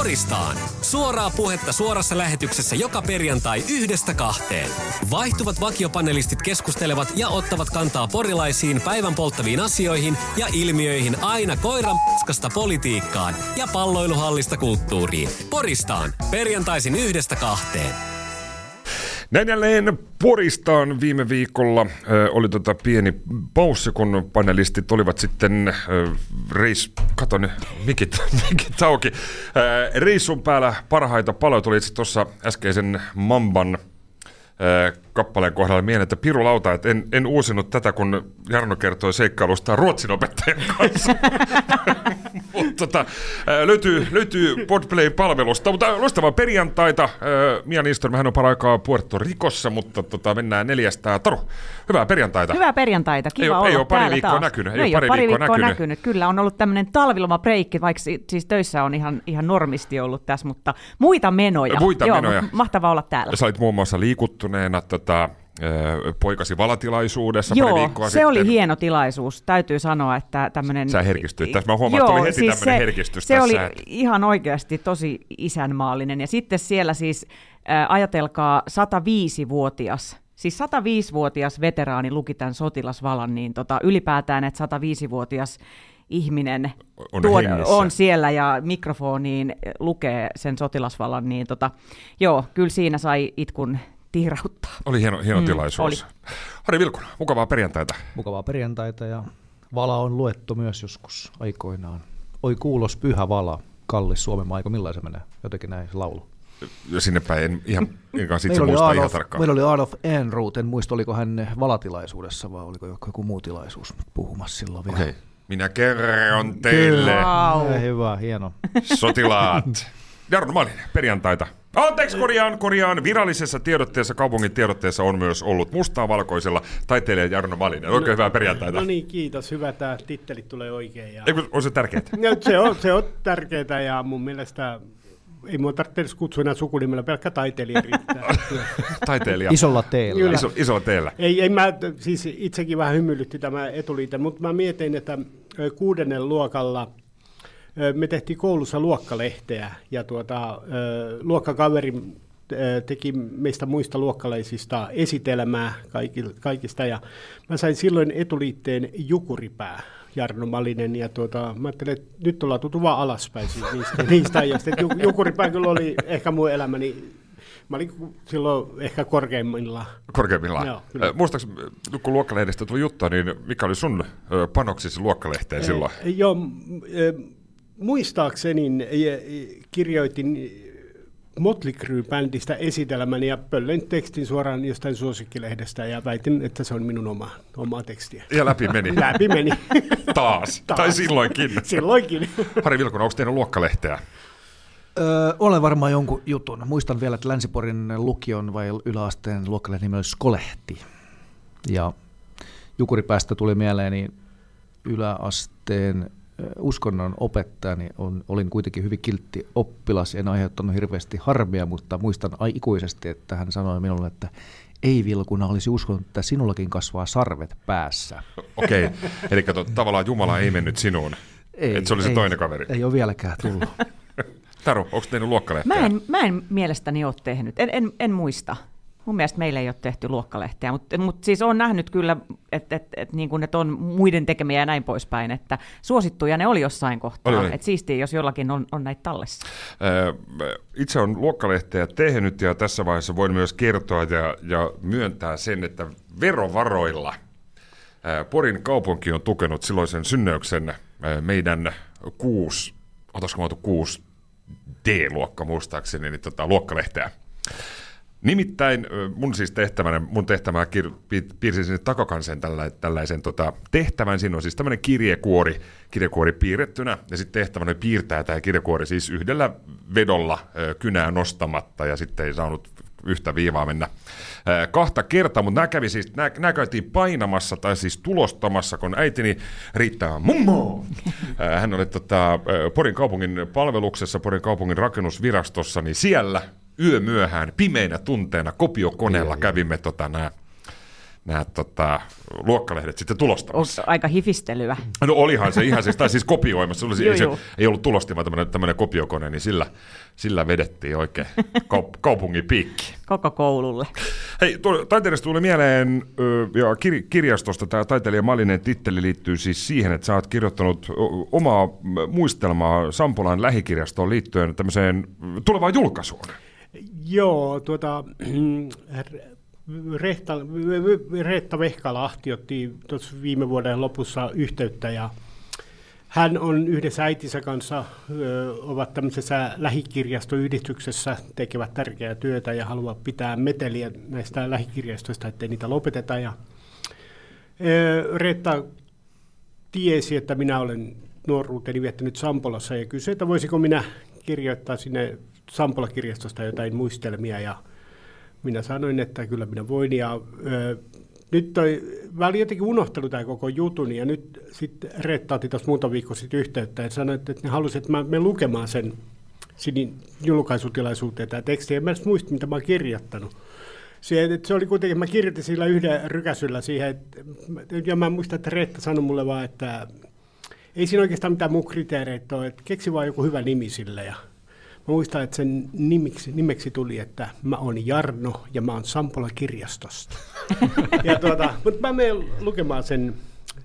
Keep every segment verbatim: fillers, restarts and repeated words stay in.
Poristaan. Suoraa puhetta suorassa lähetyksessä joka perjantai yhdestä kahteen. Vaihtuvat vakiopanelistit keskustelevat ja ottavat kantaa porilaisiin päivän polttaviin asioihin ja ilmiöihin aina koiran p***skasta politiikkaan ja palloiluhallista kulttuuriin. Poristaan. Perjantaisin yhdestä kahteen. Näin jälleen Poristaan viime viikolla äh, oli tota pieni paussi, kun panelistit olivat sitten äh, reis... Kato ne, mikit, mikit auki. Äh, reissun päällä parhaita paloja tuli itse tuossa äskeisen Mamban äh, kappaleen kohdalla mieleen, että Piru Lauta, että en, en uusinut tätä, kun Jarno kertoi seikkailusta ruotsin opettajan kanssa. Mutta tota, löytyy, löytyy Podplay-palvelusta, mutta loistavaa perjantaita. Mia Niinström, hän on paraikaa Puerto Ricossa, mutta tota, mennään neljästä. Taru, hyvää perjantaita. Hyvää perjantaita, kiva ei olla Ei ole pari täällä viikkoa taas. näkynyt. Ei, ei ole pari, pari viikkoa, viikkoa näkynyt. näkynyt. Kyllä, on ollut tämmöinen talvilomabreikki, vaikka siis töissä on ihan, ihan normisti ollut tässä, mutta muita menoja. Muita Joo, menoja. Mahtavaa olla täällä. Sä olit muun muassa liikuttuneena tota, poikasi valatilaisuudessa Joo, pari viikkoa se sitten. oli hieno tilaisuus. Täytyy sanoa, että tämmöinen... Sä herkistyit tässä. Mä huomaan, että oli heti siis tämmöinen herkistys se tässä. Se oli ihan oikeasti tosi isänmaallinen. Ja sitten siellä siis äh, ajatelkaa sataviisivuotias, siis sataviisivuotias veteraani luki tämän sotilasvalan, niin tota, ylipäätään, että sataviisivuotias ihminen on, tuon, on siellä ja mikrofoniin lukee sen sotilasvalan, niin tota, joo, kyllä siinä sai itkun tihrauttaa. Oli hieno, hieno mm, tilaisuus. Oli. Harri Vilkuna, mukavaa perjantaita. Mukavaa perjantaita ja vala on luettu myös joskus aikoinaan. Oi kuulos pyhä vala, kallis Suomen maiko, millainen se menee? Jotenkin näin se laulu. Ja sinne päin en ihan, en kanssa itse muista ihan tarkkaan. Meillä oli Adolf Ehrnrooth, en muista oliko hän valatilaisuudessa vai oliko joku muu tilaisuus puhumassa silloin vielä. Okei. Okay. Minä kerron teille. Wow. Hyvä, hieno. Sotilaat. Jarno Malinen, perjantaita. Anteeksi, korjaan, korjaan. Virallisessa tiedotteessa, kaupungin tiedotteessa on myös ollut mustaa valkoisella taiteilija Jarno Malinen. Oikein no, hyvää perjantaita. No niin, kiitos. Hyvä, tämä titteli tulee oikein. Ja... Eikö, on se tärkeää? No, se, on, se on tärkeää ja mun mielestä ei mua tarvitse edes kutsua enää sukunimellä, pelkkä taiteilija riittää. Taiteilija. Isolla teellä. Iso, isolla teellä. Ei, ei mä, siis itsekin vähän hymyilytti tämä etuliite, mutta mä mietin, että kuudennen luokalla me tehtiin koulussa luokkalehteä ja tuota, luokkakaveri teki meistä muista luokkalaisista esitelmää kaikista ja mä sain silloin etuliitteen Jukuripää, Jarno Malinen, ja tuota, mä ajattelin, että nyt ollaan tultu vaan alaspäin niistä, niistä ajoista. Jukuripää kyllä oli ehkä mun elämäni, mä olin silloin ehkä korkeimmillaan. Korkeimmillaan. Joo, muistaaks, kun luokkalehdestä tuli juttua, niin mikä oli sun panoksisi luokkalehteen e, silloin? Joo, muistaakseni kirjoitin Motley Crue-bändistä esitelmän ja pöllön tekstin suoraan jostain suosikkilehdestä ja väitin, että se on minun oma, omaa tekstiä. Ja läpi meni. Läpi meni. Taas. Taas. Tai silloinkin. Silloinkin. Harri Vilkuna, onko teidän luokkalehteä? Öö, olen varmaan jonkun jutun. Muistan vielä, että Länsiporin lukion vai yläasteen luokkalehden nimi oli Skolehti. Ja Jukuripäästä tuli mieleeni yläasteen uskonnon opettajani, on, olin kuitenkin hyvin kiltti oppilas, en aiheuttanut hirveästi harmia, mutta muistan ikuisesti, että hän sanoi minulle, että ei Vilkuna, olisi uskonut, että sinullakin kasvaa sarvet päässä. Okei, okay. Eli to, tavallaan Jumala ei mennyt sinuun, ei, että se oli se ei, toinen kaveri. Ei ole vieläkään tullut. Taru, onko tehnyt luokkalehteä? Mä en, mä en mielestäni ole tehnyt, en, en, en muista. Mun mielestä meillä ei ole tehty luokkalehteä, mutta, mutta siis olen nähnyt kyllä, että, että, että, niin kuin, että on muiden tekemiä ja näin poispäin, että suosittuja ne oli jossain kohtaa, oli, oli. Että siistiä, jos jollakin on, on näitä tallessa. Itse olen luokkalehteä tehnyt ja tässä vaiheessa voin myös kertoa ja, ja myöntää sen, että verovaroilla Porin kaupunki on tukenut silloisen synnöyksen meidän kuusi, otaisiko mä otu kuusi D-luokka muistaakseni, niin tota, luokkalehteä. Nimittäin mun siis tehtävänä, mun tehtävää kir- piirsin sinne takakansen tällä, tällaisen tota, tehtävän. Siinä on siis tämmöinen kirjekuori, kirjekuori piirrettynä, ja sitten tehtävänä piirtää tämä kirjekuori siis yhdellä vedolla ö, kynää nostamatta, ja sitten ei saanut yhtä viivaa mennä ö, kahta kertaa, mutta nämä, kävi siis, nämä, nämä käytiin painamassa tai siis tulostamassa, kun äitini Riitta mummo. Hän oli tota, Porin kaupungin palveluksessa, Porin kaupungin rakennusvirastossa, niin siellä yömyöhään, pimeinä tunteina, kopiokoneella kävimme tota, nämä nämä tota, luokkalehdet sitten tulostamassa. Onko aika hifistelyä? No olihan se ihan siis, tai siis kopioimassa. Oli, joo, ei, se, joo. ei ollut tulostima tämmöinen, tämmöinen kopiokone, niin sillä, sillä vedettiin oikein kaup- kaupungin piikki. Koko koululle. Hei, taiteilijasta tuli mieleen, ja kir- kirjastosta tämä taiteilijan maallinen titteli liittyy siis siihen, että sä oot kirjoittanut omaa muistelmaa Sampolan lähikirjastoon liittyen tämmöiseen tulevaan julkaisuun. Joo, tuota, Rehta, Reetta Vehkalahti otti tuossa viime vuoden lopussa yhteyttä ja hän on yhdessä äitinsä kanssa, ö, ovat tämmöisessä lähikirjastoyhdistyksessä, tekevät tärkeää työtä ja haluaa pitää meteliä näistä lähikirjastoista, ettei niitä lopeteta. Ja, ö, Reetta tiesi, että minä olen nuoruuteni viettänyt Sampolassa ja kysyi, että voisiko minä kirjoittaa sinne Sampola-kirjastosta jotain muistelmia ja minä sanoin, että kyllä minä voin ja ö, nyt toi, mä olin jotenkin unohtanut tämän koko jutun ja nyt sitten Reetta otti tuossa muutama viikko sitten yhteyttä ja sanoi, että ne halusivat, että mä menen lukemaan sen sinin julkaisutilaisuuteen tämä teksti. En mä edes muista, mitä mä oon kirjoittanut. Se, se oli kuitenkin, mä kirjoitin sillä yhden rykäsyllä siihen, että, ja mä muistan, että Reetta sanoi mulle vaan, että ei siinä oikeastaan mitään mun kriteereitä ole, että keksi vaan joku hyvä nimi sille ja mä muistan, että sen nimeksi, nimeksi tuli, että mä oon Jarno ja mä oon Sampola-kirjastosta. ja tuota, mutta mä menen lukemaan sen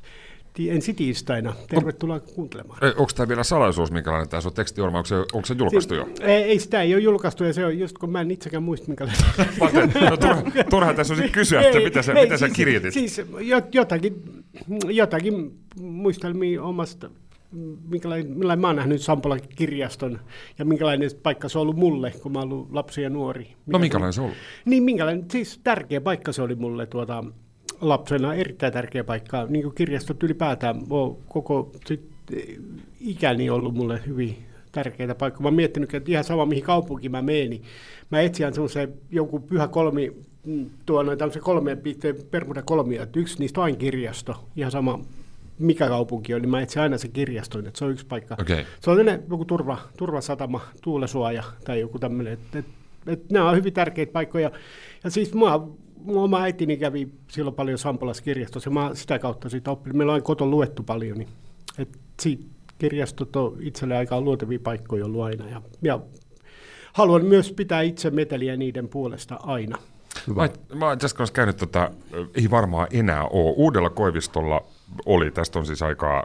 ensi tiistaina. Tervetuloa kuuntelemaan. Onko tämä vielä salaisuus, minkälainen tämä sun teksti on, onko se, onko se julkaistu jo? Ei, ei sitä ei ole julkaistu, ja se on just kun mä en itsekään muista, minkälainen. no, turha, turha tässä on sitten kysyä, että mitä sä, ei, mitä siis, sä kirjoitit. Siis jotakin, jotakin muistelmia omasta, minkälainen, minkälainen mä oon nähnyt Sampolan kirjaston ja minkälainen paikka se on ollut mulle, kun mä oon ollut lapsi ja nuori. Mikä no minkälainen se on ollut? Niin, minkälainen, siis tärkeä paikka se oli mulle tuota, lapsena, erittäin tärkeä paikka. Niin kuin kirjastot ylipäätään on koko sit, ikäni ollut mulle hyvin tärkeitä paikkoja. Mä oon miettinyt, että ihan sama mihin kaupunkiin mä menen, niin mä etsin semmoisen jonkun pyhä kolmi, tuonne tämmöisen kolmeen pisteen Bermuda kolmia, että yksi niistä on aina kirjasto, ihan sama mikä kaupunki on, niin mä etsin aina se kirjaston, että se on yksi paikka. Okay. Se on joku turva, turvasatama, tuulesuoja tai joku tämmöinen, että et, et nämä on hyvin tärkeitä paikkoja. Ja siis mua, mua oma äitini kävi silloin paljon Sampolassa kirjastossa, ja mä sitä kautta siitä oppinut. Meillä on koton luettu paljon, niin et siitä kirjastot on itselle aika luontevia paikkoja ollut aina. Ja, ja haluan myös pitää itse meteliä niiden puolesta aina. Mä, mä oon tässä kanssa käynyt, tota, ei varmaan enää ole. Uudella Koivistolla oli, tästä on siis aikaa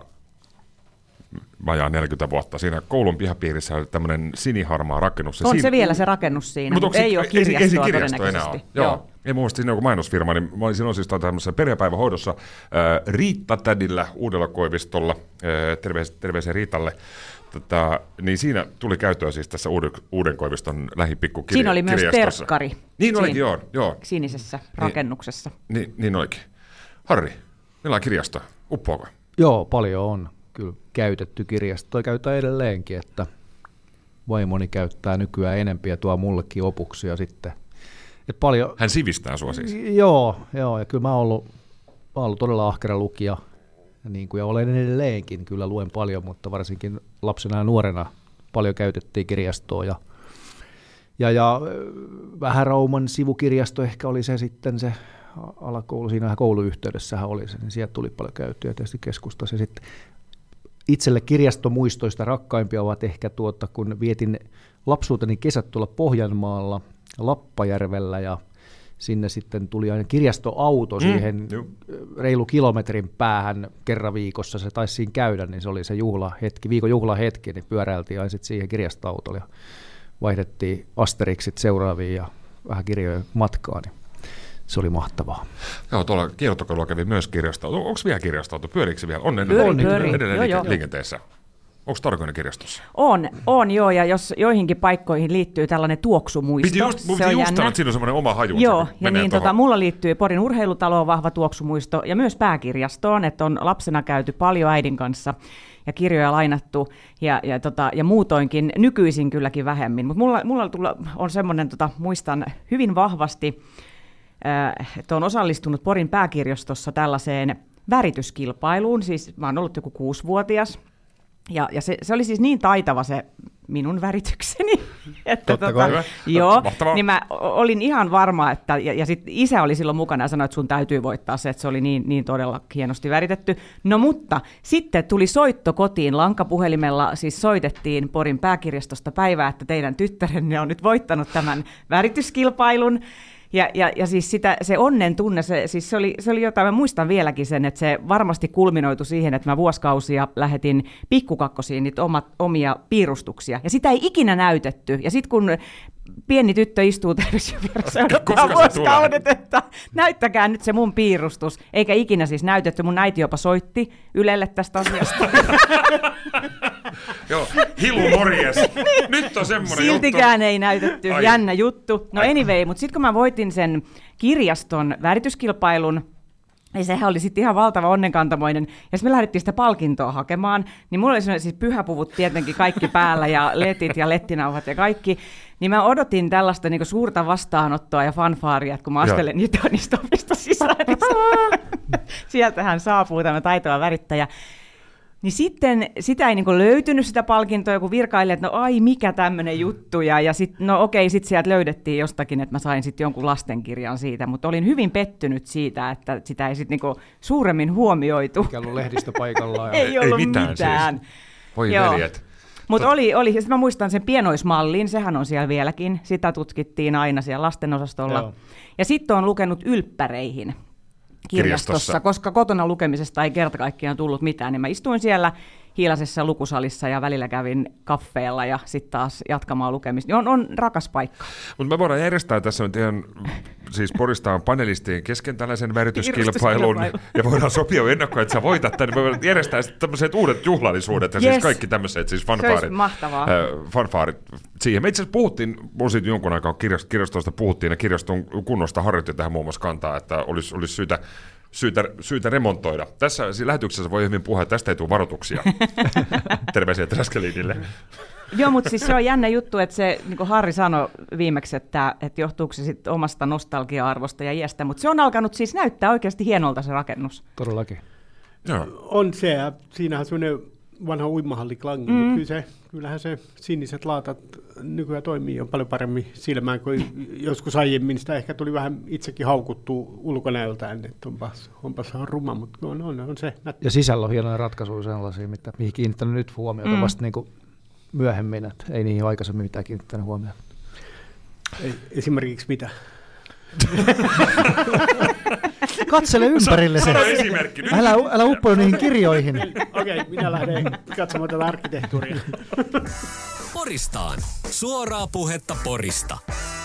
vajaa neljäkymmentä vuotta. Siinä koulun pihapiirissä oli tämmöinen siniharmaa rakennus. On siinä, se vielä se rakennus siinä, mutta mutta ei ole kirjastoa, ei, ei se kirjasto enää ole. Joo. Joo. Ei muista siinä joku mainosfirma, niin mä olin silloin siis tämmöisessä perhepäivähoidossa äh, Riitta-tädillä Uudella Koivistolla, äh, terveisiä, terveisiä Riitalle. Tota, niin siinä tuli käyttöä siis tässä Uuden, Uuden Koiviston lähipikkukirjastossa. Siinä oli myös terkkari. Niin olikin, joo, joo. Sinisessä rakennuksessa. Niin, niin, niin oikein. Harri, meillä on kirjasto. Uppoako? Joo, paljon on kyllä käytetty kirjastoa. Käytetään edelleenkin, että vaimoni käyttää nykyään enempi ja tuo mullekin opuksia sitten. Et paljon... Hän sivistää sua siis. Joo, joo, ja kyllä mä oon ollut, mä oon ollut todella ahkera lukija. Niin kuin, ja olen edelleenkin, kyllä luen paljon, mutta varsinkin lapsena ja nuorena paljon käytettiin kirjastoa. Ja, ja, ja Vähärauman sivukirjasto ehkä oli se sitten se alakoulu, siinä kouluyhteydessähän oli se, niin sieltä tuli paljon käyttöä ja tietysti keskustassa. Ja sitten itselle kirjastomuistoista rakkaimpia ovat ehkä tuota, kun vietin lapsuuteni kesät tuolla Pohjanmaalla, Lappajärvellä ja sinne sitten tuli aina kirjastoauto siihen mm, reilu kilometrin päähän kerran viikossa, se taisi siinä käydä, niin se oli se juhlahetki, viikon juhlahetki, niin pyöräiltiin aina sitten siihen kirjastoautolle ja vaihdettiin Asterixit seuraaviin ja vähän kirjoja matkaa, niin se oli mahtavaa. Joo, tuolla kiertokoululla kävi myös kirjastoauto. Onko vielä kirjastoauto? Pyöriikö se vielä? On pyöri, edelleen, pyöri. edelleen Joo, liike- liikenteessä. Onko Tarkoinen kirjastossa? On, on joo, ja jos joihinkin paikkoihin liittyy tällainen tuoksumuisto, Piti just, se on just jännä. sanoa, että siinä on semmoinen oma haju. Joo, ja niin tota, mulla liittyy Porin urheilutaloon vahva tuoksumuisto ja myös pääkirjastoon, että on lapsena käyty paljon äidin kanssa ja kirjoja lainattu ja, ja, tota, ja muutoinkin, nykyisin kylläkin vähemmin, mutta mulla, mulla tulla, on semmoinen, tota, muistan hyvin vahvasti, äh, että on osallistunut Porin pääkirjastossa tällaiseen värityskilpailuun, siis mä oon ollut joku kuusivuotias, Ja, ja se, se oli siis niin taitava se minun väritykseni, että Totta tota, kai. joo, Mahtavaa. niin mä olin ihan varma, että, ja, ja sitten isä oli silloin mukana ja sanoi, että sun täytyy voittaa se, että se oli niin, niin todella hienosti väritetty. No mutta sitten tuli soitto kotiin lankapuhelimella, siis soitettiin Porin pääkirjastosta päivää, että teidän tyttärenne on nyt voittanut tämän värityskilpailun. Ja, ja, ja siis sitä, se onnen tunne, se, siis se, oli, se oli jotain, mä muistan vieläkin sen, että se varmasti kulminoitu siihen, että mä vuosikausia lähetin pikkukakkosiin niitä omat, omia piirustuksia, ja sitä ei ikinä näytetty. Ja sitten kun pieni tyttö istuu television vieressä ja odottaa vuosikaudet, että näyttäkää nyt se mun piirustus, eikä ikinä siis näytetty. Mun äiti jopa soitti Ylelle tästä asiasta. Joo, Hilu morjes. Nyt on semmoinen Siltikään juttu. ei näytetty, Ai. jännä juttu. No anyway, mutta sitten kun mä voitin sen kirjaston värityskilpailun, ja sehän oli sitten ihan valtava onnenkantamoinen, ja sitten me lähdettiin sitä palkintoa hakemaan, niin mulla oli sellainen siis pyhäpuvut tietenkin kaikki päällä, ja letit ja lettinauhat ja kaikki, niin mä odotin tällaista niinku suurta vastaanottoa ja fanfaaria, että kun mä astelen niitä niistä ovista sisään, niin se, sieltähän saapuu tämä taitava värittäjä. Niin sitten sitä ei niinku löytynyt sitä palkintoa, kun virkaili, että no ai mikä tämmöinen juttu, ja, ja sitten no okei, sitten sieltä löydettiin jostakin, että mä sain sitten jonkun lastenkirjan siitä, mutta olin hyvin pettynyt siitä, että sitä ei sitten niinku suuremmin huomioitu. Mikä ollut lehdistö paikallaan. Ei ollut ei mitään. mitään. Siis. Voi Joo. veljet. Mutta oli, oli, siis mä muistan sen pienoismallin, sehän on siellä vieläkin, sitä tutkittiin aina siellä lastenosastolla. Joo. Ja sitten on lukenut ylppäreihin kirjastossa, Kirjastossa. koska kotona lukemisesta ei kerta kaikkiaan tullut mitään, niin mä istuin siellä hiilasessa lukusalissa ja välillä kävin kaffeella ja sitten taas jatkamaan lukemista. Niin on, on rakas paikka. Mutta me voidaan järjestää tässä nyt ihan, siis Poristaan panelistien kesken tällaisen värityskilpailun, Piirustuskilpailu. ja voidaan sopia ennakkoon, että sä voitat tämän. Me voidaan järjestää sitten tämmöiset uudet juhlallisuudet, ja Yes. siis kaikki tämmöiset siis Se olisi fanfaarit, mahtavaa. äh, fanfaarit siihen. Me itse asiassa puhuttiin, osin jonkun aikaa kirjast- kirjastosta puhuttiin, ja kirjaston kunnosta harjoitti tähän muun muassa kantaa, että olisi, olisi syytä Syytä, syytä remontoida. Tässä lähetyksessä voi hyvin puhua, että tästä ei tule varoituksia. Terveisiä Traskeliinille. Joo, mutta siis se on jännä juttu, että se, niin kuin Harri sanoi viimeksi, että, että johtuuko se sitten omasta nostalgia-arvosta ja iästä, mutta se on alkanut siis näyttää oikeasti hienolta se rakennus. Todellakin. Joo. On se, ja siinähän on sellainen vanha uimahalliklangi, mm. mutta kyllä se, kyllähän se siniset laatat nykyään toimii jo paljon paremmin silmään kuin joskus aiemmin. Sitä ehkä tuli vähän itsekin haukuttua ulkonäöltään, että onpas, onpas ruma, mutta on, on, on se nätti. Ja sisällä on hienoja ratkaisuja sellaisia, mitä, mihin kiinnittänyt nyt huomiota mm. vasta niin kuin myöhemmin, että ei niihin aikaisemmin mitään kiinnittänyt huomioon. Ei, esimerkiksi mitä? Katsele ympärillesi. Sano esimerkki. Nyt. Älä, älä uppoudu niihin kirjoihin. Okei, okay, minä lähden katsomaan tätä arkkitehtuuria. Poristaan. Suoraa puhetta Porista.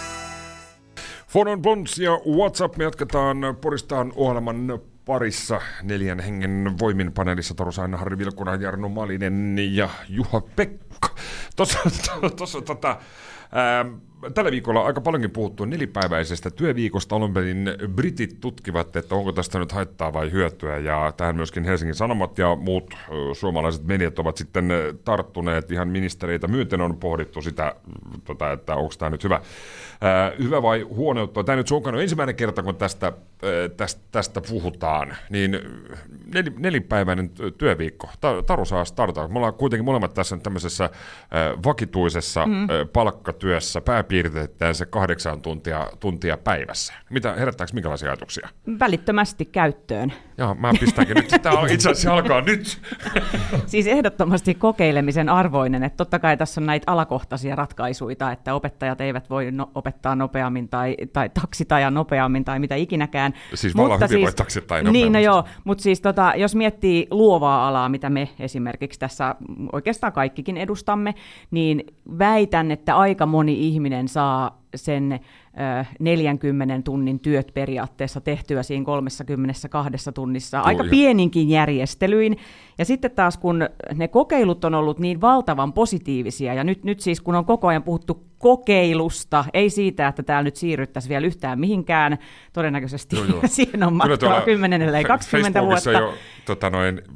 Fonon Bonds ja WhatsApp, me jatketaan Poristaan ohjelman parissa neljän hengen voimin paneelissa Taru Aina, Harri Vilkuna, Jarno Malinen ja Juha Pekka. Tuossa, tuossa tota, ää, tällä viikolla aika paljonkin puhuttu nelipäiväisestä työviikosta. Alun perin britit tutkivat, että onko tästä nyt haittaa vai hyötyä, ja tähän myöskin Helsingin Sanomat ja muut ö, suomalaiset mediat ovat sitten tarttuneet. Ihan ministereitä myöten on pohdittu sitä, tota, että onko tämä nyt hyvä, ää, hyvä vai huono juttu. Tämä nyt suinkaan on ensimmäinen kerta, kun tästä, ää, tästä, tästä puhutaan, niin nel, nelipäiväinen työviikko. Taru saa startaa. Me ollaan kuitenkin molemmat tässä tämmöisessä ää, vakituisessa mm. ää, palkkatyössä, pääpiirteetään se kahdeksan tuntia, tuntia päivässä. Mitä, herättääkö minkälaisia ajatuksia? Välittömästi käyttöön. Joo, mä pistäänkin nyt. Tämä itse asiassa alkaa nyt. Siis ehdottomasti kokeilemisen arvoinen, että totta kai tässä on näitä alakohtaisia ratkaisuja, että opettajat eivät voi no- opettaa nopeammin tai, tai taksit ajaa nopeammin tai mitä ikinäkään. Siis vallan hyvin voi taksit ajaa Niin, no nopeammin. joo, mutta siis tota, jos miettii luovaa alaa, mitä me esimerkiksi tässä oikeastaan kaikkikin edustamme, niin väitän, että aika moni ihminen saa sen ö, neljänkymmenen tunnin työt periaatteessa tehtyä siinä kolmekymmentäkaksi tunnissa, Tuo aika jo. pieninkin järjestelyin. Ja sitten taas kun ne kokeilut on ollut niin valtavan positiivisia, ja nyt, nyt siis kun on koko ajan puhuttu kokeilusta, ei siitä, että täällä nyt siirryttäisiin vielä yhtään mihinkään, todennäköisesti Joo, joo. siihen on Kyllä matkaa tuolla kymmenen ellei kaksikymmentä Facebookissa vuotta. jo tota noin,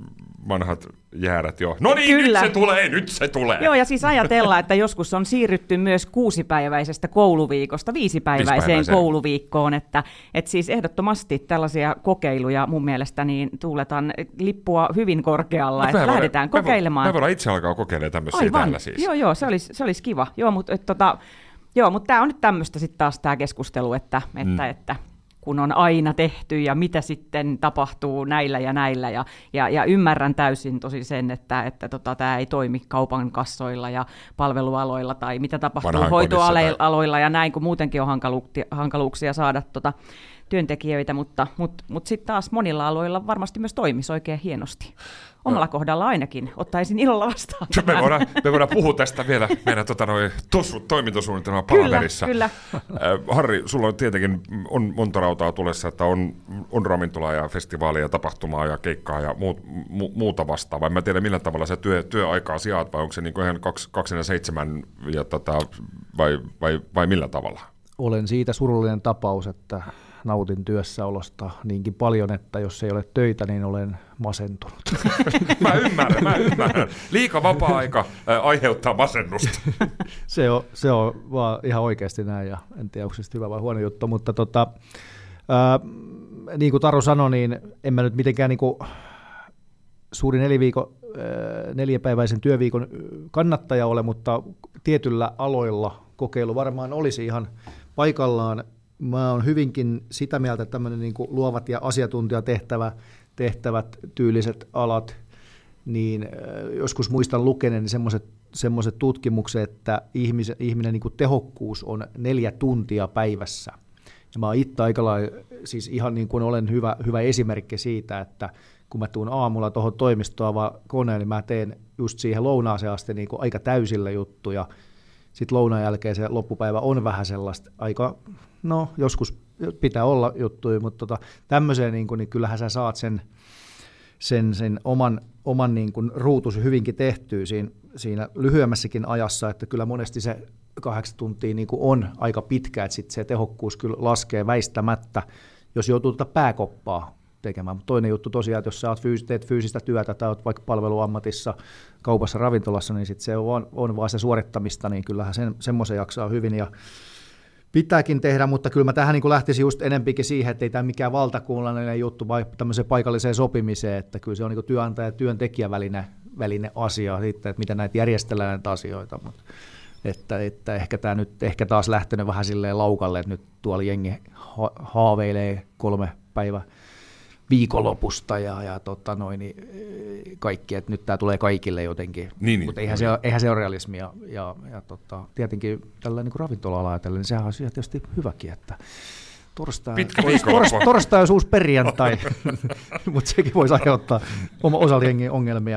vanhat jäärät jo. No niin, Kyllä. nyt se tulee, nyt se tulee. Joo, ja siis ajatellaan, että joskus on siirrytty myös kuusipäiväisestä kouluviikosta viisipäiväiseen Viisipäiväiseen. kouluviikkoon, että, että siis ehdottomasti tällaisia kokeiluja mun mielestä niin tuuletan lippua hyvin korkealla, No, että me voidaan- lähdetään me vo- kokeilemaan. Me voidaan itse alkaa kokeilemaan tämmöisiä Aivan, täällä siis. joo, joo, se olisi, se olisi kiva. Joo, mutta tota, joo, mutta tämä on nyt tämmöistä sitten taas tämä keskustelu, että, että, mm. että kun on aina tehty ja mitä sitten tapahtuu näillä ja näillä. Ja, ja, ja ymmärrän täysin tosi sen, että, että tota, tämä ei toimi kaupan kassoilla ja palvelualoilla tai mitä tapahtuu Vanhainkodissa hoitoaloilla ja näin, kun muutenkin on hankaluuksia, hankaluuksia saada tota, työntekijöitä, mutta, mutta, mutta sitten taas monilla aloilla varmasti myös toimisi oikein hienosti. Omalla kohdalla ainakin ottaisin ilolla vastaan. Me voidaan, me voidaan puhua tästä vielä meidän tota, noi, tosu, toimintasuunnitelman palaverissa. Kyllä, Äh, Harri, sulla on tietenkin on monta rautaa tulessa, että on, on ravintolaa ja festivaalia ja tapahtumaa ja keikkaa ja muut, mu, muuta vastaavaa. Mä en tiedä, millä tavalla se työ, työaikaa sijaat, vai onko se niin kuin ihan kaksi, kaksi ja seitsemän ja tota, vai, vai, vai millä tavalla? Olen siitä surullinen tapaus, että nautin työssäolosta niinkin paljon, että jos ei ole töitä, niin olen masentunut. Mä ymmärrän, mä ymmärrän. Liika vapaa-aika äh, aiheuttaa masennusta. se, on, se on vaan ihan oikeasti näin, ja en tiedä, onko se hyvä vai huono juttu, mutta tota, ää, niin kuin Taro sanoi, niin en mä nyt mitenkään niin kuin suuri neliviikon, ää, neljäpäiväisen työviikon kannattaja ole, mutta tietyllä aloilla kokeilu varmaan olisi ihan paikallaan. Mä oon hyvinkin sitä mieltä, että tämmöinen niin kuin luovat ja asiantuntijatehtävä, tehtävät, tyyliset alat, niin joskus muistan lukeneen semmoiset semmoiset tutkimukset, että ihmisen, ihminen niin kuin tehokkuus on neljä tuntia päivässä. Ja mä oon itse aika lailla, siis ihan niin kuin olen hyvä, hyvä esimerkki siitä, että kun mä tuun aamulla tuohon toimistoon vaan koneen, niin mä teen just siihen lounaaseen asti niin kuin aika täysillä juttuja. Sitten lounaan jälkeen se loppupäivä on vähän sellaista aika, no joskus pitää olla juttuja, mutta tota, tämmöiseen niin, kuin, niin kyllähän sä saat sen, sen, sen oman, oman niin kuin ruutus hyvinkin tehtyä siinä, siinä lyhyemmässäkin ajassa, että kyllä monesti se kahdeksan tuntia niin kuin on aika pitkä, että sitten se tehokkuus kyllä laskee väistämättä, jos joutuu tuota pääkoppaa tekemään. Mutta toinen juttu tosiaan, että jos sä fyys- teet fyysistä työtä tai oot vaikka palveluammatissa, kaupassa, ravintolassa, niin sitten se on, on vaan se suorittamista, niin kyllähän sen, semmoisen jaksaa hyvin ja pitääkin tehdä, mutta kyllä mä tähän niin kuin lähtisin just enempikin siihen, että ei tämä mikään valtakunnallinen juttu, vai tämmöiseen paikalliseen sopimiseen, että kyllä se on niin kuin työnantaja- ja työntekijän välinen, välinen asia sitten, että miten näitä järjestellään näitä asioita, mutta että, että ehkä tämä nyt ehkä taas lähtenyt vähän silleen laukalle, että nyt tuolla jengi ha- haaveilee kolme päivää viikonlopusta ja, ja tota noin, niin kaikki, että nyt tämä tulee kaikille jotenkin, Niin, niin, mutta eihän, niin. se, eihän se ole realismia. Ja, ja tota, tietenkin tällä niin kuin ravintola-alalla ajatellen, niin sehän on tietysti hyväkin, että torstai, Pitkä olisi, viikonloppu. tors, torstai olisi uusi perjantai, mutta sekin voisi aiheuttaa osalla jengin ongelmia.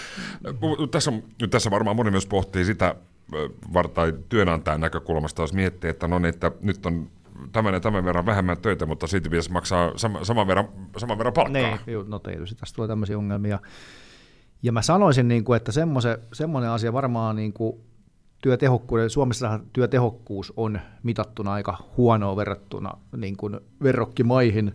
Tässä, on, nyt tässä varmaan moni myös pohtii sitä var- tai työnantajan näkökulmasta, jos miettii, että, no niin, että nyt on tämän ja tämän verran vähemmän töitä, mutta siitä pitäisi maksaa sama, saman, verran, saman verran palkkaa. Niin, no tietysti tästä tulee tämmöisiä ongelmia. Ja mä sanoisin, niin kuin, että semmoinen asia varmaan niin kuin työtehokkuuden, Suomessa työtehokkuus on mitattuna aika huonoa verrattuna niin kuin verrokkimaihin.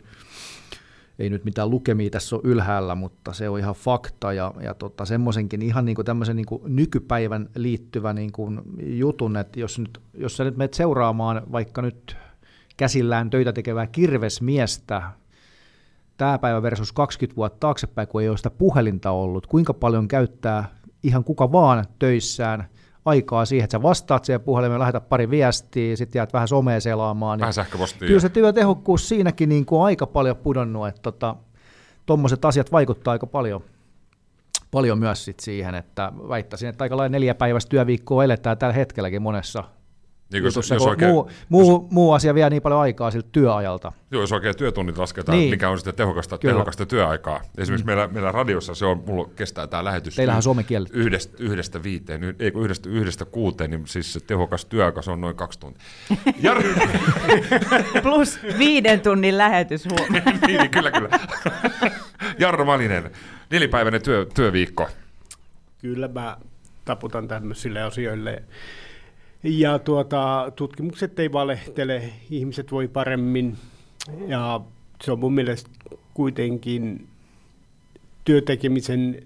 Ei nyt mitään lukemia tässä ole ylhäällä, mutta se on ihan fakta. Ja, ja tota, semmoisenkin ihan niin kuin tämmöisen niin kuin nykypäivän liittyvä niin kuin jutun, että jos, nyt, jos sä nyt menet seuraamaan vaikka nyt käsillään töitä tekevää kirvesmiestä, tämä päivä versus kaksikymmentä vuotta taaksepäin, kun ei ole sitä puhelinta ollut, kuinka paljon käyttää ihan kuka vaan töissään aikaa siihen, että sä vastaat siihen puhelimeen, lähetät pari viestiä, sitten jäät vähän somea selaamaan. Vähän sähköpostia. Kyllä se työtehokkuus siinäkin niin kuin on aika paljon pudonnut, että tuommoiset tota, asiat vaikuttaa aika paljon, paljon myös sit siihen, että väittäisin, että aika lailla neljäpäiväistä työviikkoa eletään tällä hetkelläkin monessa Niin, jos, jutussa, jos kun oikein, muu, muu, muu asia vie niin paljon aikaa siltä työajalta. Joo, jos oikein työtunnit lasketaan, Niin. mikä on sitten tehokasta, Kyllä. tehokasta työaikaa. Esimerkiksi mm. meillä, meillä radiossa se on, mulla kestää tämä lähetys Teillähän on some kielletty. yhdestä, yhdestä viiteen, y- ei kun yhdestä, yhdestä kuuteen, niin siis se tehokas työaika se on noin kaksi tuntia. Jar... Plus viiden tunnin lähetys huomenna. niin, niin, kyllä, kyllä. Jarno Malinen, nelipäiväinen työ, työviikko. Kyllä mä taputan tämmöisille asioille. Ja tuota, tutkimukset ei valehtele, ihmiset voi paremmin ja se on mun mielestä kuitenkin työtekemisen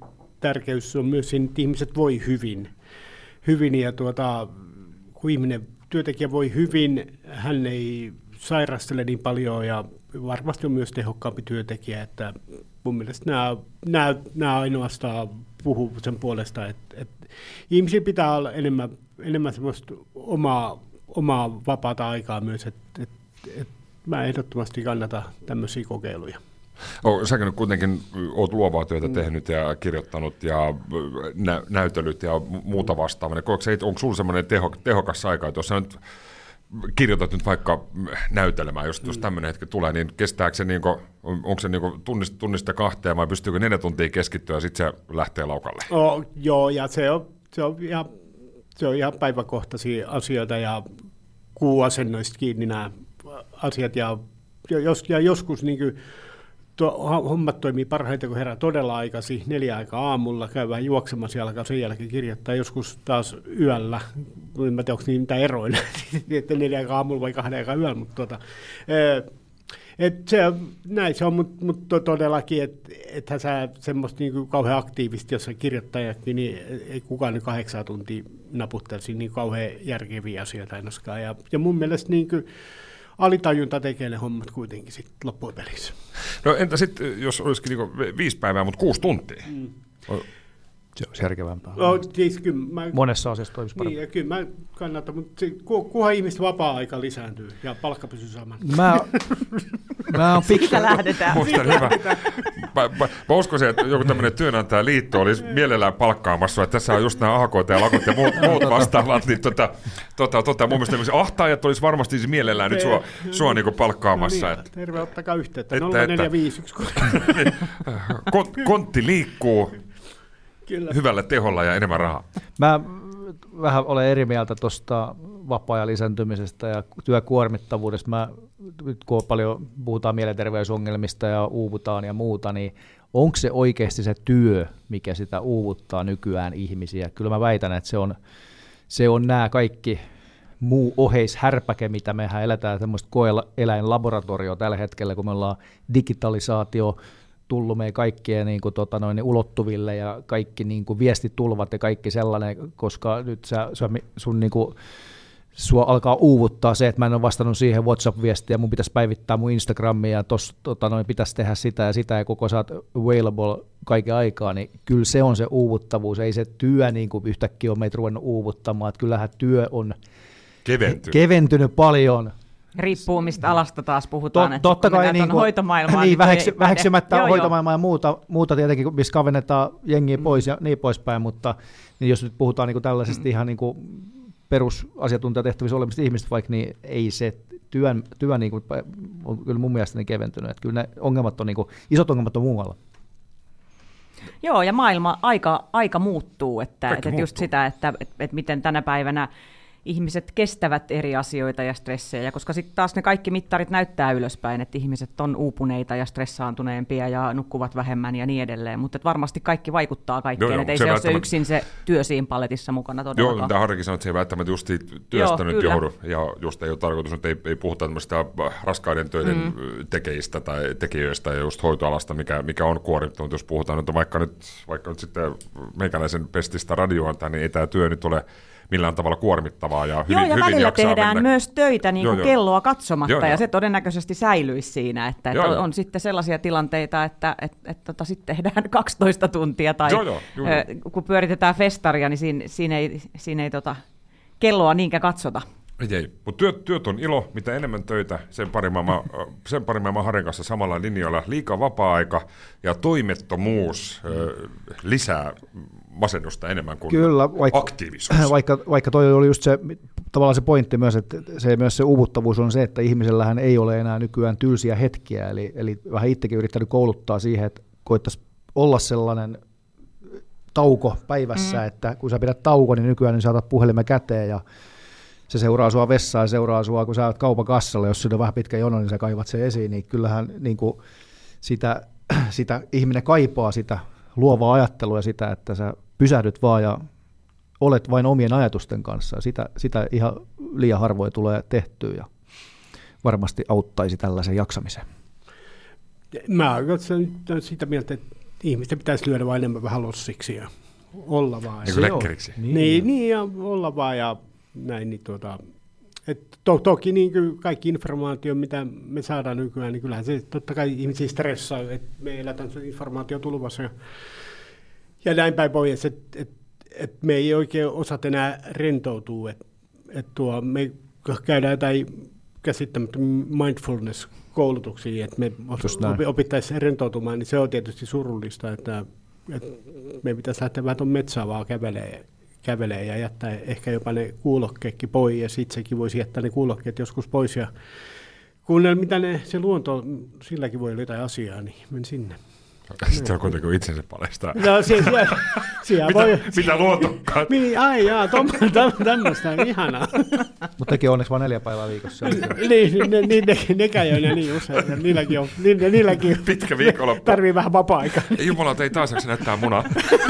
tärkeys on myös siinä, että ihmiset voi hyvin. hyvin ja tuota, kun ihminen, työntekijä voi hyvin, hän ei sairastele niin paljon ja varmasti on myös tehokkaampi työntekijä, että mun mielestä nämä, nämä, nämä ainoastaan puhuu sen puolesta, että, että ihmisillä pitää olla enemmän, enemmän semmoista omaa, omaa vapaata aikaa myös, että, että, että mä ehdottomasti kannatan tämmöisiä kokeiluja. Oh, säkin nyt kuitenkin olet luovaa työtä mm. tehnyt ja kirjoittanut ja nä- näytellyt ja muuta vastaavaa. Onko sinulla semmoinen teho, tehokas aika, että jos sä nyt kirjoitat nyt vaikka näytelmään, jos, mm. jos tämmöinen hetki tulee, niin kestääkö se, niinku, onko se niinku tunnista, tunnista kahteen vai pystyykö neljä tuntia keskittyä ja sitten se lähtee laukalle? Oh, joo, ja se on, se, on ihan, se on ihan päiväkohtaisia asioita ja kuuasennoista kiinni nämä asiat. Ja, jos, ja joskus niin kuin, tuo, hommat toimii parhaiten, kun herää todella aikaisin, neljä aikaa aamulla, käydään juoksemassa ja alkaa sen jälkeen kirjoittaa joskus taas yöllä. En tiedä, onko niin mitään eroina, että neljä aikaa aamulla vai kahden aikaa yöllä, mutta tuota, et se, näin se on, mutta mut todellakin, että ethän sä semmoista niin kauhean aktiivisesti, jos sä kirjoittajakin, niin ei kukaan nyt kahdeksan tuntia naputtelisi niin kauhean järkeviä asioita ainakaan. Ja, ja mun mielestä niin kuin, alitajunta tekee ne hommat kuitenkin sitten loppupelissä. No entä sitten, jos olisikin niinku viisi päivää, mutta kuusi tuntia? Mm. Se olisi järkevämpää. No, siis kyllä mä, monessa asiassa toimisi paremmin. Niin, ja kyllä mä kannatan, mutta kunhan ihmisten vapaa-aika lisääntyy ja palkka pysyy saman. Mä, mä on pikku... Siitä lähdetään. Musta on hyvä. Mä, mä, mä uskoisin, että joku tämmöinen työnantajaliitto olisi mielellään palkkaamassa, että tässä on just nämä A H K ja lakot ja muut, muut vastaavat, niin tota, tota, tota, mun mielestä ahtaajat olisi varmasti mielellään nyt sua, sua niinku palkkaamassa. No niin, että, terve, ottakaa yhteyttä, että, nolla neljä viisi yksi. Kontti liikkuu. Kyllä. Hyvällä teholla ja enemmän rahaa. Mä vähän olen eri mieltä tuosta vapaa-ajan lisääntymisestä ja työkuormittavuudesta. Mä, nyt kun paljon puhutaan mielenterveysongelmista ja uuvutaan ja muuta, niin onko se oikeasti se työ, mikä sitä uuvuttaa nykyään ihmisiä? Kyllä mä väitän, että se on, se on nämä kaikki muu oheishärpäke, mitä mehän eletään semmoista koe-eläinlaboratorio tällä hetkellä, kun me ollaan digitalisaatio tullut meidän kaikkien niin kuin, tota, noin, ulottuville ja kaikki niin kuin, vistitulvat ja kaikki sellainen, koska nyt sä, sun, niin kuin, sua alkaa uuvuttaa se, että mä en ole vastannut siihen WhatsApp-viestiä, mun pitäisi päivittää mun Instagramia ja tossa tota, noin, pitäisi tehdä sitä ja sitä ja koko sä oot available kaiken aikaa, niin kyllä se on se uuvuttavuus, ei se työ niin kuin yhtäkkiä ole meitä ruvennut uuvuttamaan, että kyllähän työ on keventynyt, keventynyt paljon. Riippuu mistä alasta taas puhutaan, Tot, että totta kun kai niin kuin, hoitomaailmaan, niin, niin väheksy, väheksymättä joo, hoitomaailmaa ja muuta, muuta tietenkin, missä kavennetaan jengiä mm. pois ja niin poispäin, mutta niin jos nyt puhutaan niin kuin tällaisesta mm. ihan niin kuin perusasiantuntijatehtävissä olevista ihmistä vaikka, niin ei se työn, työ niin kuin, on kyllä mun mielestäni keventynyt, että kyllä ne ongelmat on, niin kuin, isot ongelmat on muualla. Joo, ja maailma, aika, aika muuttuu, että, että muuttuu. just sitä, että, että, että miten tänä päivänä ihmiset kestävät eri asioita ja stressejä, koska sitten taas ne kaikki mittarit näyttää ylöspäin, että ihmiset on uupuneita ja stressaantuneempia ja nukkuvat vähemmän ja niin edelleen, mutta varmasti kaikki vaikuttaa kaikkeen, että ei se, se ole se yksin se työ siinä paletissa mukana todellakaan. Joo, tämä Harrikin sanoi, että se ei välttämättä just työstä Joo, nyt kyllä. johdu, ja just ei ole tarkoitus, että ei, ei puhuta tämmöistä raskaiden töiden mm. tekeistä tai tekijöistä ja just hoitoalasta, mikä, mikä on kuorittunut, jos puhutaan nyt vaikka nyt, vaikka nyt sitten meikäläisen pestistä radioantaa, niin ei tämä työ nyt ole millään tavalla kuormittavaa ja hyvin, Joo, ja hyvin välillä jaksaa tehdään mennä. myös töitä niin kuin joo, kelloa katsomatta, joo, ja joo. se todennäköisesti säilyisi siinä, että, että Joo, on, joo. on sitten sellaisia tilanteita, että et, et, tota, sitten tehdään kaksitoista tuntia, tai Joo, joo, joo, joo. ö, kun pyöritetään festaria, niin siinä, siinä ei, siinä ei tota, kelloa niinkään katsota. Ei, ei. Mutta työt, työt on ilo, mitä enemmän töitä, sen paremmin mä, sen paremmin mä Harrin kanssa samalla linjoilla. Liikaa vapaa-aika ja toimettomuus ö, lisää masennusta enemmän kuin Kyllä, vaikka, aktiivisuus. Vaikka, vaikka toi oli just se, tavallaan se pointti myös, että se, myös se uuvuttavuus on se, että ihmisellähän ei ole enää nykyään tylsiä hetkiä, eli, eli vähän itsekin yrittänyt kouluttaa siihen, että koittaisi olla sellainen tauko päivässä, mm. että kun sä pidät tauko, niin nykyään niin saatat puhelimen käteen ja se seuraa sua vessaan ja seuraa sua, kun sä oot kaupan kassalla, jos siinä on vähän pitkä jono, niin sä kaivat sen esiin, niin kyllähän niin kuin sitä, sitä ihminen kaipaa sitä luovaa ajattelua ja sitä, että sä pysähdyt vaan ja olet vain omien ajatusten kanssa. Sitä, sitä ihan liian harvoin tulee tehtyä ja varmasti auttaisi tällaisen jaksamiseen. Mä olen sitä mieltä, että ihmisten pitäisi lyödä vain enemmän vähän lossiksi ja olla vaan. Niin kuin lekkeriksi. Niin, niin, niin, ja olla vaan ja näin. Niin tuota, et to, toki niin kuin kaikki informaatio, mitä me saadaan nykyään, niin kyllähän se totta kai ihmisiä stressaa, että me eletään informaatio tulvassa ja, ja näin päin pois, että et, et me ei oikein osata enää rentoutua, että et tuo, me käydään jotain käsittämättä mindfulness-koulutuksia, että me opittaisiin rentoutumaan, niin se on tietysti surullista, että, että me pitäisi lähteä vähän tuon metsään vaan kävelee, kävelee ja jättää ehkä jopa ne kuulokkeetkin pois, ja sitten sekin voisi jättää ne kuulokkeet joskus pois, ja kuunnella, mitä ne, se luonto, silläkin voi olla jotain asiaa, niin men sinne. Sitten on kuitenkin itsensä paljastaa. No siellä, siellä, siellä mitä, voi... mitä luontokkaat? Niin, ai jaa, tämmöistä, ihanaa. Mutta tekin onneksi vain neljä päivää viikossa. niin, ne, ne, ne, nekään ei ole niin usein, ja niilläkin on, ni, niilläkin pitkä viikonloppu. Tarvii vähän vapaa-aikaa. Jumalauta, ei taas jaksa näyttää munaa.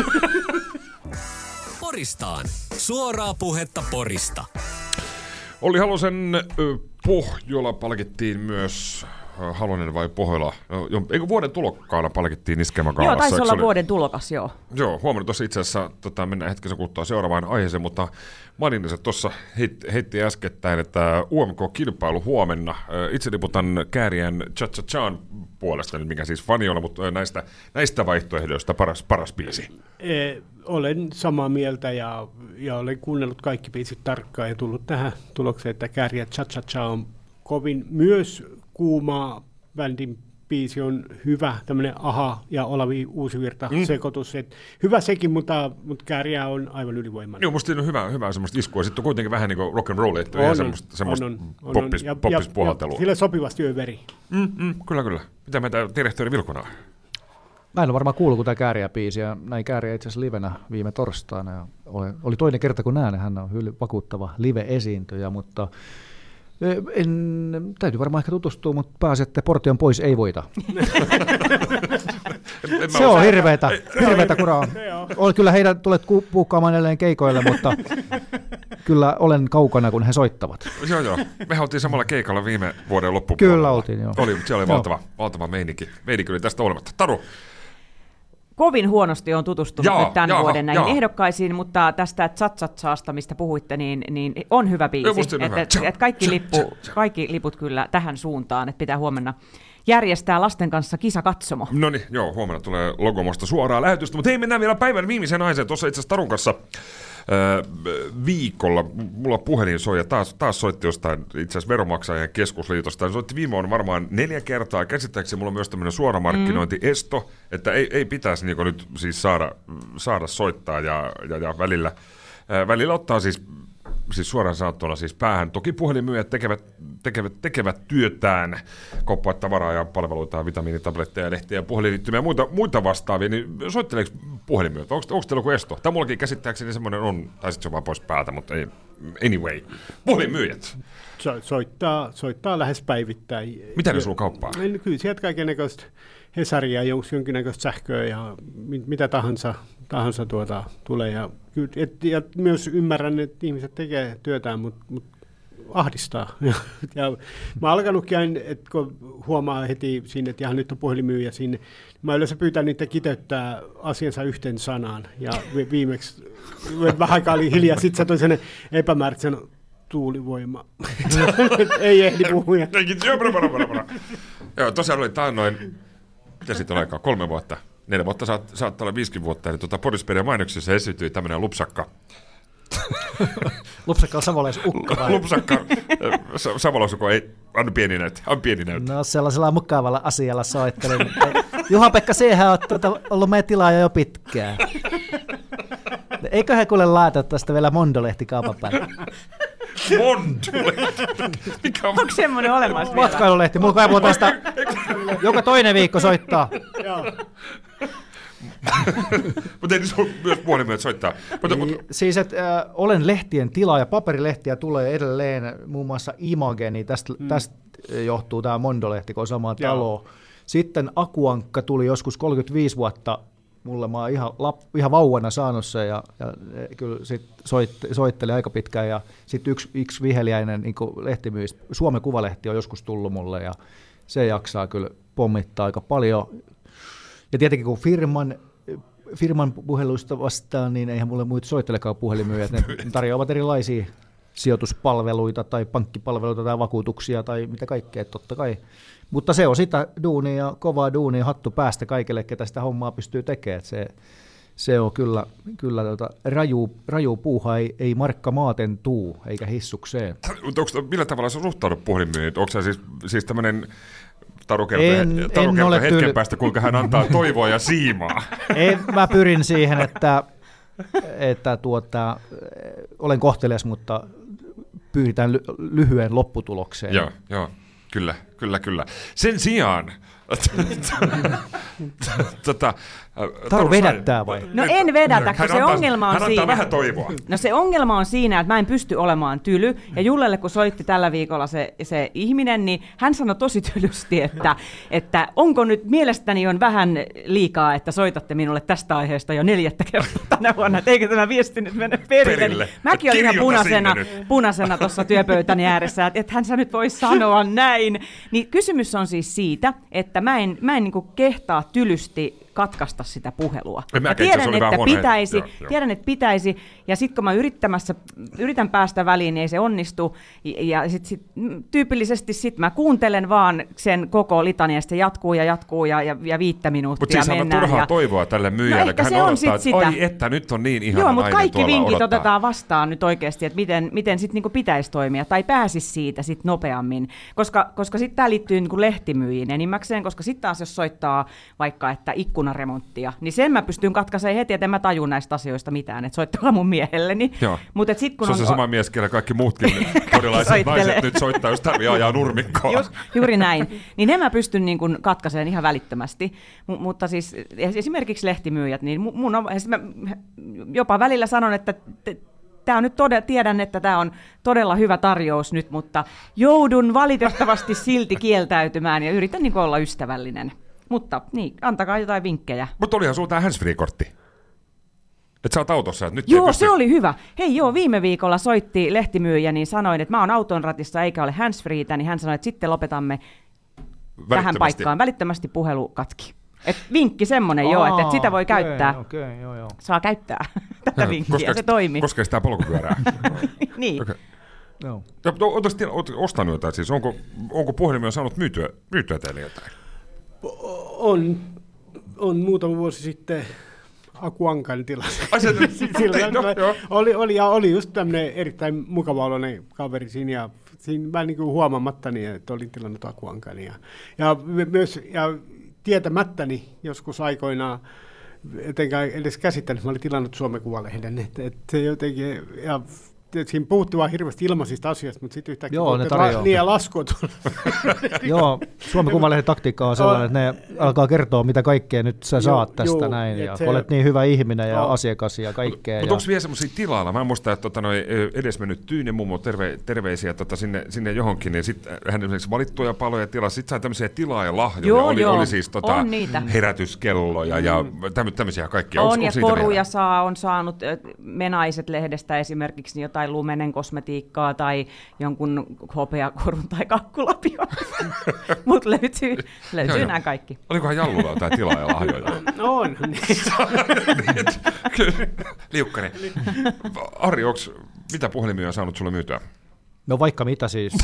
Poristaan. Suoraa puhetta Porista. Olli Halosen ö, Pohjola palkittiin myös... Halonen vai Pohjola? No, eikö vuoden tulokkaana palkittiin Iskelmägaalassa? Joo, taisi olla oli... vuoden tulokas, joo. Joo, huomannut tuossa itse asiassa, tota, mennään hetkessä kuluttua seuraavaan aiheeseen, mutta Mariniset tuossa heitti, heitti äskettäin, että U M K-kilpailu huomenna. Itse liputan Kääriän Cha-Cha-Chan puolesta, mikä siis fani on, mutta näistä, näistä vaihtoehdoista paras, paras biisi. E, olen samaa mieltä ja, ja olen kuunnellut kaikki biisit tarkkaan ja tullut tähän tulokseen, että Kääriä Cha-Cha-Cha on kovin myös kuuma bändin biisi on hyvä, tämmöinen Aha ja Olavi Uusivirta mm. sekoitus. Et hyvä sekin, mutta, mutta Kääriä on aivan ylivoimainen. Joo, musta on hyvä, hyvä semmoista iskua. Sitten on kuitenkin vähän niin kuin rock and roll, että ihan semmoista, semmoista on, on, poppis, ja, poppis ja, puhaltelua. Ja sille sopivasti yöveri. Mm, mm, kyllä, kyllä. Mitä meitä direktori Vilkuna? Mä en ole varmaan kuullut, kun tämä Kääriä-biisi, ja näin Kääriä itse asiassa livenä viime torstaina. Ja oli, oli toinen kerta, kun näen, hän on hyvin vakuuttava live-esiintyjä, mutta En, täytyy varmaan ehkä tutustua, mutta pääsi, että Portion pois ei voita. Se on hirveetä, hirveetä kuraa. Olen kyllä heidän tulet puukkaamaan edelleen keikoille, mutta kyllä olen kaukana, kun he soittavat. Joo, joo. Mehän oltiin samalla keikalla viime vuoden loppupuolella. Kyllä oltiin, joo. Oli, siellä oli valtava, valtava meininki. Meininki oli tästä olematta. Taru. Kovin huonosti on tutustunut jaa, nyt tämän jaa, vuoden näihin jaa. ehdokkaisiin, mutta tästä Cha-Cha-Chasta, mistä puhuitte, niin, niin on hyvä biisi. Et, et, et kaikki, lippu, kaikki liput kyllä tähän suuntaan, että pitää huomenna järjestää lasten kanssa kisakatsomo. No niin, joo, huomenna tulee Logomosta suoraa lähetystä, mutta hei, mennään vielä päivän viimeiseen aiheeseen. Tuossa itse asiassa Tarun kanssa Öö, viikolla mulla puhelin soi ja taas, taas soitti jostain itse asiassa Veronmaksajien keskusliitosta. Soitti viime on varmaan neljä kertaa. Käsittääkseni mulla on myös tämmöinen suoramarkkinointiesto, mm. että ei, ei pitäisi niin nyt siis saada, saada soittaa ja, ja, ja välillä, ää, välillä ottaa siis, siis suoraan sanottuna siis päähän. Toki puhelinmyyjät tekevät, tekevät, tekevät työtään, koppaat tavaraa ja palveluita, vitamiinitabletteja, lehtiä ja puhelinliittymiä ja muita, muita vastaavia, niin soitteleeko puhelinmyyjät? Onko, onko teillä joku esto? Tämä mullakin käsittääkseni semmoinen on, tai sitten se on vaan pois päältä, mutta ei, anyway. Puhelinmyyjät. So, soittaa, soittaa lähes päivittäin. Mitä ne sulla kauppaa? Kyllä sieltä kaikennäköistä Hesaria, jonkinnäköistä sähköä ja mit, mitä tahansa, tahansa tuota, tulee. Ja, et, ja myös ymmärrän, että ihmiset tekee työtään, mutta mut ahdistaa. Ja, ja mä oon alkanutkin aina, että kun huomaa heti siinä, että ihan nyt on puhelinmyyjä sinne, mä yleensä pyytän niitä kiteyttää asiansa yhteen sanaan. Ja viimeksi vähän aikaa oli hiljaa, sitten se tuli sellainen epämääräisen tuulivoima. Ei ehdi puhuja. Joo, tosiaan oli taannoin, mitä siitä on aikaa, kolme vuotta, neljä vuotta, saat, saattaa olla viisikin vuotta, eli tuota Porispedia mainoksissa esiintyi tämmöinen lupsakka. Lupsakka on savolaisukko vai? Lupsakka, savolaisukko ei, on pieni näyttö, on pieni näyttö. No sellaisella mukavalla asialla soittelin. Juha-Pekka, siihen on tuota, ollut meidän tilaaja jo pitkään. Eiköhän kuule laita tästä vielä Mondolehti kaupan päälle. Mondolehti? Mikä on? Onko semmoinen olemassa vielä? Matkailulehti. Mulla kaipuu tästä joka toinen viikko soittaa. Joo. Mutta ei sun myös puhelimia soittaa. Mutta, niin, mutta... Siis, että äh, olen lehtien tilaaja, paperilehtiä tulee edelleen, muun muassa Imageni, tästä, mm. tästä johtuu tämä Mondolehti, kun on sama talo. Sitten Akuankka tuli joskus kolmekymmentäviisi vuotta, mulle mä oon ihan, lap, ihan vauvana saanut se, ja, ja kyllä sit soitte, soitteli aika pitkään, ja sitten yksi, yksi viheliäinen niin lehtimyys, Suomen Kuvalehti on joskus tullut mulle, ja se jaksaa kyllä pommittaa aika paljon. Ja tietenkin kun firman, firman puheluista vastaan, niin eihän mulle muut soittelekaan puhelimyöjät. Ne tarjoavat erilaisia sijoituspalveluita tai pankkipalveluita tai vakuutuksia tai mitä kaikkea, totta kai. Mutta se on sitä duunia ja kovaa duunia, hattu päästä kaikille, ketä sitä hommaa pystyy tekemään. Se, se on kyllä, kyllä tota, raju, raju puuha, ei, ei markka maaten tuu, eikä hissukseen. Mutta onko, millä tavalla sä suhtaudut puhelimyyntiin? Onko se siis, siis tämmöinen Taru En- kertoo en kertoo ole hetken tyl- päästä, kuinka hän antaa toivoa ja siimaa. Ei, mä pyrin siihen, että, että tuota, olen kohtelias, mutta pyritään ly- lyhyen lopputulokseen. Joo, joo, kyllä, kyllä, kyllä. Sen sijaan... tota, Taru vedättää vai? No en vedätä, kun Hän se antaa- ongelma on hän siinä. antaa vähän toivoa. No se ongelma on siinä, että mä en pysty olemaan tyly. Ja Jullelle, kun soitti tällä viikolla se, se ihminen, niin hän sanoi tosi tylysti, että, että onko nyt mielestäni on vähän liikaa, että soitatte minulle tästä aiheesta jo neljättä kertaa tänä vuonna, että eikö tämä viesti nyt mene perille. Perille. Niin mäkin olin ihan Kirjoita punaisena, sinne nyt. punaisena tuossa työpöytäni ääressä, että ethän sä nyt voi sanoa näin. Niin kysymys on siis siitä, että mä en, mä en niin kuin kehtaa tylysti katkaista sitä puhelua. En Mä mäkään, se tiedän, oli vähän että huono pitäisi, hetki, joo, joo. tiedän, että pitäisi, ja sitten kun mä yrittämässä, yritän päästä väliin, niin ei se onnistu, ja, ja sit, sit, mm, tyypillisesti sit mä kuuntelen vaan sen koko litania, ja sitten jatkuu ja jatkuu, ja, ja, ja viittä minuuttia Mutta siis on mennään. turhaa ja... toivoa tälle myyjälle, ehkä kun se hän on odottaa, sit että sitä. oi, että nyt on niin ihana Joo, mutta nainen kaikki tuolla vinkit odottaa. otetaan vastaan nyt oikeasti, että miten, miten sitten niinku pitäisi toimia, tai pääsisi siitä sit nopeammin, koska, koska sitten tämä liittyy niinku lehtimyyjiin enimmäkseen, koska sitten taas jos soittaa vaikka, että ikkunaremonttia, niin sen mä pystyn katkaisemaan heti, että en mä taju näistä asioista mitään, että soittakaa mun miehelleni. Joo. Mut sit, kun Se on se sama mies, kellä kaikki muutkin porilaiset soittelee. naiset nyt soittaa, jos tarvii ajaa nurmikkoa. Just, juuri näin. Niin ne mä pystyn niin kuin katkaisemaan ihan välittömästi. M- mutta siis esimerkiksi lehtimyyjät, niin mu- mun on, siis mä jopa välillä sanon, että t- Tämä on nyt tode, tiedän, että tämä on todella hyvä tarjous nyt, mutta joudun valitettavasti silti kieltäytymään ja yritän niin kuin olla ystävällinen. Mutta niin, antakaa jotain vinkkejä. Mutta olihan sulla tämä handsfree-kortti. Että sä oot autossa, että nyt ei Joo, pysty... se oli hyvä. Hei joo, viime viikolla soitti lehtimyyjä, niin sanoin, että mä oon auton ratissa eikä ole handsfreetä, niin hän sanoi, että sitten lopetamme tähän paikkaan. Välittömästi puhelu katki. Et vinkki semmoinen joo, että et sitä voi okay, käyttää. Okay, joo, joo. Saa käyttää tätä vinkkiä, Koskeeko- se toimii. Koskeeko tämä polkupyörää? niin. Okay. Joo. Ja, no, ootas, tiedä, oot ostanut jotain siis? Onko, onko puhelimia saanut myytyä, myytyä teille jotain? On, on muutama vuosi sitten Akuankan tilassa. Ai se- Silloin no, joo. oli, oli, ja oli just tämmöinen erittäin mukava oloinen kaveri siinä, ja siinä mä niin kuin huomaamattani, että olin tilannut Akuankan. Ja, ja myös ja tietämättäni joskus aikoinaan, etenkään edes käsittänyt, mä olin tilannut Suomen Kuvalehden, että, että se jotenkin, ja siinä puhuttiin vaan hirveästi ilmaisista asioista, mutta sitten yhtäkkiä Joo, ne puhuttiin, tarjoaa. la, niin ja laskua tuli. Joo, Suomen Kuvalehden taktiikka on sellainen, että ne alkaa kertoa, mitä kaikkea nyt sä saat Joo, tästä joo, näin, et ja se- kun olet niin hyvä ihminen ja Joo. asiakas ja kaikkea. Mutta ja... onko vielä semmoisia tilalla? Mä muistan, että tota, noi, edesmennyt Tyyne mummo, terve, terveisiä tota, sinne, sinne johonkin, niin sitten hän esimerkiksi valittuja paloja tilasi, sitten sai tämmöisiä tilaajalahjoja, Joo, oli, joo, oli siis tota, on niitä. herätyskelloja ja tämmö- tämmöisiä kaikkia. On, Onks- ja onks siitä koruja vielä? saa, on saanut ö, Menaiset-lehdestä esimerkiksi jotain lumenen kosmetiikkaa tai jonkun hopeakorun tai kakkulapion. Mutta löytyy, löytyy Joo, joo. nämä kaikki. Olikohan Jallulla jotain tilaajalahjoja? No on. Liukkanen. Ari, onks, mitä puhelimia on saanut sulle myytyä? No vaikka mitä siis.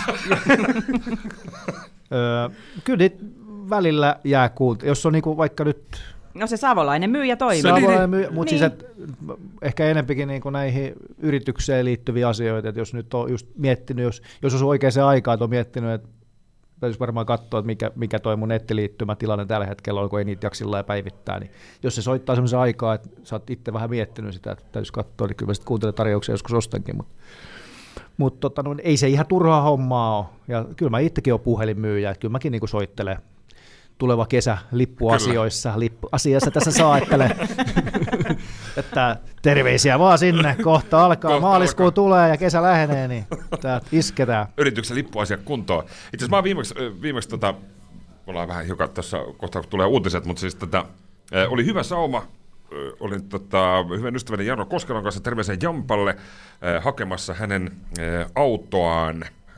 öö, kyllä niitä välillä jää kuulta. Jos on niinku vaikka nyt No se savolainen myyjä toimii. Se- niin, Savola, niin. mutta siis et, ehkä enempikin niinku näihin yritykseen liittyviä asioita, että jos nyt on just miettinyt, jos, jos on oikeaan aikaan, että on miettinyt, että täytyisi varmaan katsoa, että mikä, mikä toi mun nettiliittymätilanne tällä hetkellä on, kun ei niitä jaksilla ja päivittää, niin jos se soittaa semmoisen aikaa, että sä oot itse vähän miettinyt sitä, että täytyisi katsoa, niin kyllä mä sitten kuuntelen tarjouksia, joskus ostankin, mutta Mutta tota, no, ei se ihan turhaa hommaa ole. Ja kyllä mä itsekin olen puhelinmyyjä, että kyllä mäkin niinku soittelen tuleva kesä lippuasioissa. Lippu, asiassa tässä saattelen. Että terveisiä vaan sinne, kohta alkaa, Kohta maaliskuu alkaa. tulee ja kesä lähenee, niin tää isketään. Yrityksen lippuasia kuntoon. Itse asiassa mä oon viimeksi, viimeksi tota, ollaan vähän hiukan tässä, kohta tulee uutiset, mutta siis tota, äh, oli hyvä sauma. Ö, Olin tota, hyvän ystäväni Jano Koskelon kanssa terveisen Jampalle äh, hakemassa hänen äh, autoaan äh,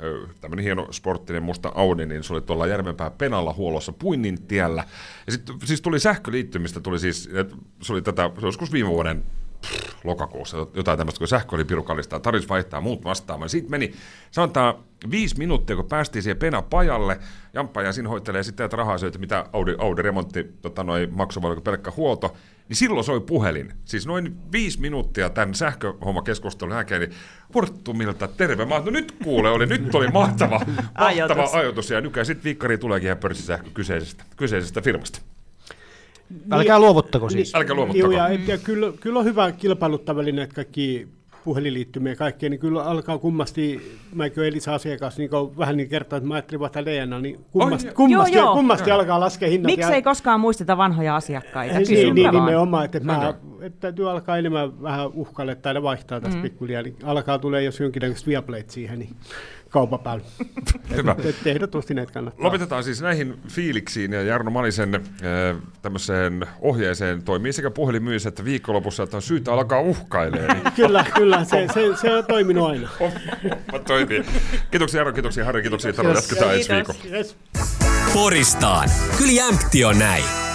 tämmöinen hieno sporttinen musta Audi, niin se oli tuolla Järvenpään Penalla huollossa Puinnin tiellä. Ja sitten siis tuli sähköliittymistä, tuli siis, se oli tätä, se joskus viime vuoden pff, lokakuussa, jotain tämmöistä, kun sähkö oli pirukallista, tarvitsisi vaihtaa muut vastaamaan. Siitä meni, sanotaan viisi minuuttia, kun päästiin siihen Pena-pajalle, Jamppa ja siinä hoitelee sitten, että rahaa syötä, mitä Audi, Audi-remontti tota, maksoi, vai pelkkä huolto, niin silloin soi puhelin. Siis noin viisi minuuttia tämän sähköhommakeskustelun jälkeen, niin Fortumilta terve. Mä, no nyt kuule, oli, nyt oli mahtava, mahtava ajoitus. Ja nykyään sitten viikkari tuleekin ihan pörssisähkö kyseisestä, kyseisestä firmasta. Älkää luovuttako siis. Älkää luovuttako. Ja, ja kyllä, kyllä on hyvä kilpailuttaa välineet kaikki puhelinliittymiä ja kaikkea, niin kyllä alkaa kummasti, mäkin olen Elisa-asiakas, niin vähän niin kertaa, että mä ajattelin vaikka D N A, niin kummasti, Oi, kummasti, joo, joo. kummasti alkaa laskea hinnat. Miksi ja, ei koskaan muisteta vanhoja asiakkaita? niin, niin, Kysynpä vaan. nimenomaan, että, mä, että täytyy alkaa enemmän vähän uhkailla tai vaihtaa tästä mm. pikkulia, niin alkaa tulee jos jonkinlaista Viaplay siihen, niin kaupan päällä. Hyvä. Ehdottomasti näitä kannattaa. Lopetetaan siis näihin fiiliksiin ja Jarno Malisen äh, tämmöiseen ohjeeseen toimii sekä puhelinmyyjä että viikonlopussa, että on syytä alkaa uhkailemaan. Niin. Kyllä, kyllä. Se, se, se on toiminut aina. Homma toimii. Kiitoksia Jarno, kiitoksia Harri, kiitoksia Taru. Jatketaan ensi viikolla. Poristaan. Kyllä jämpti on näin.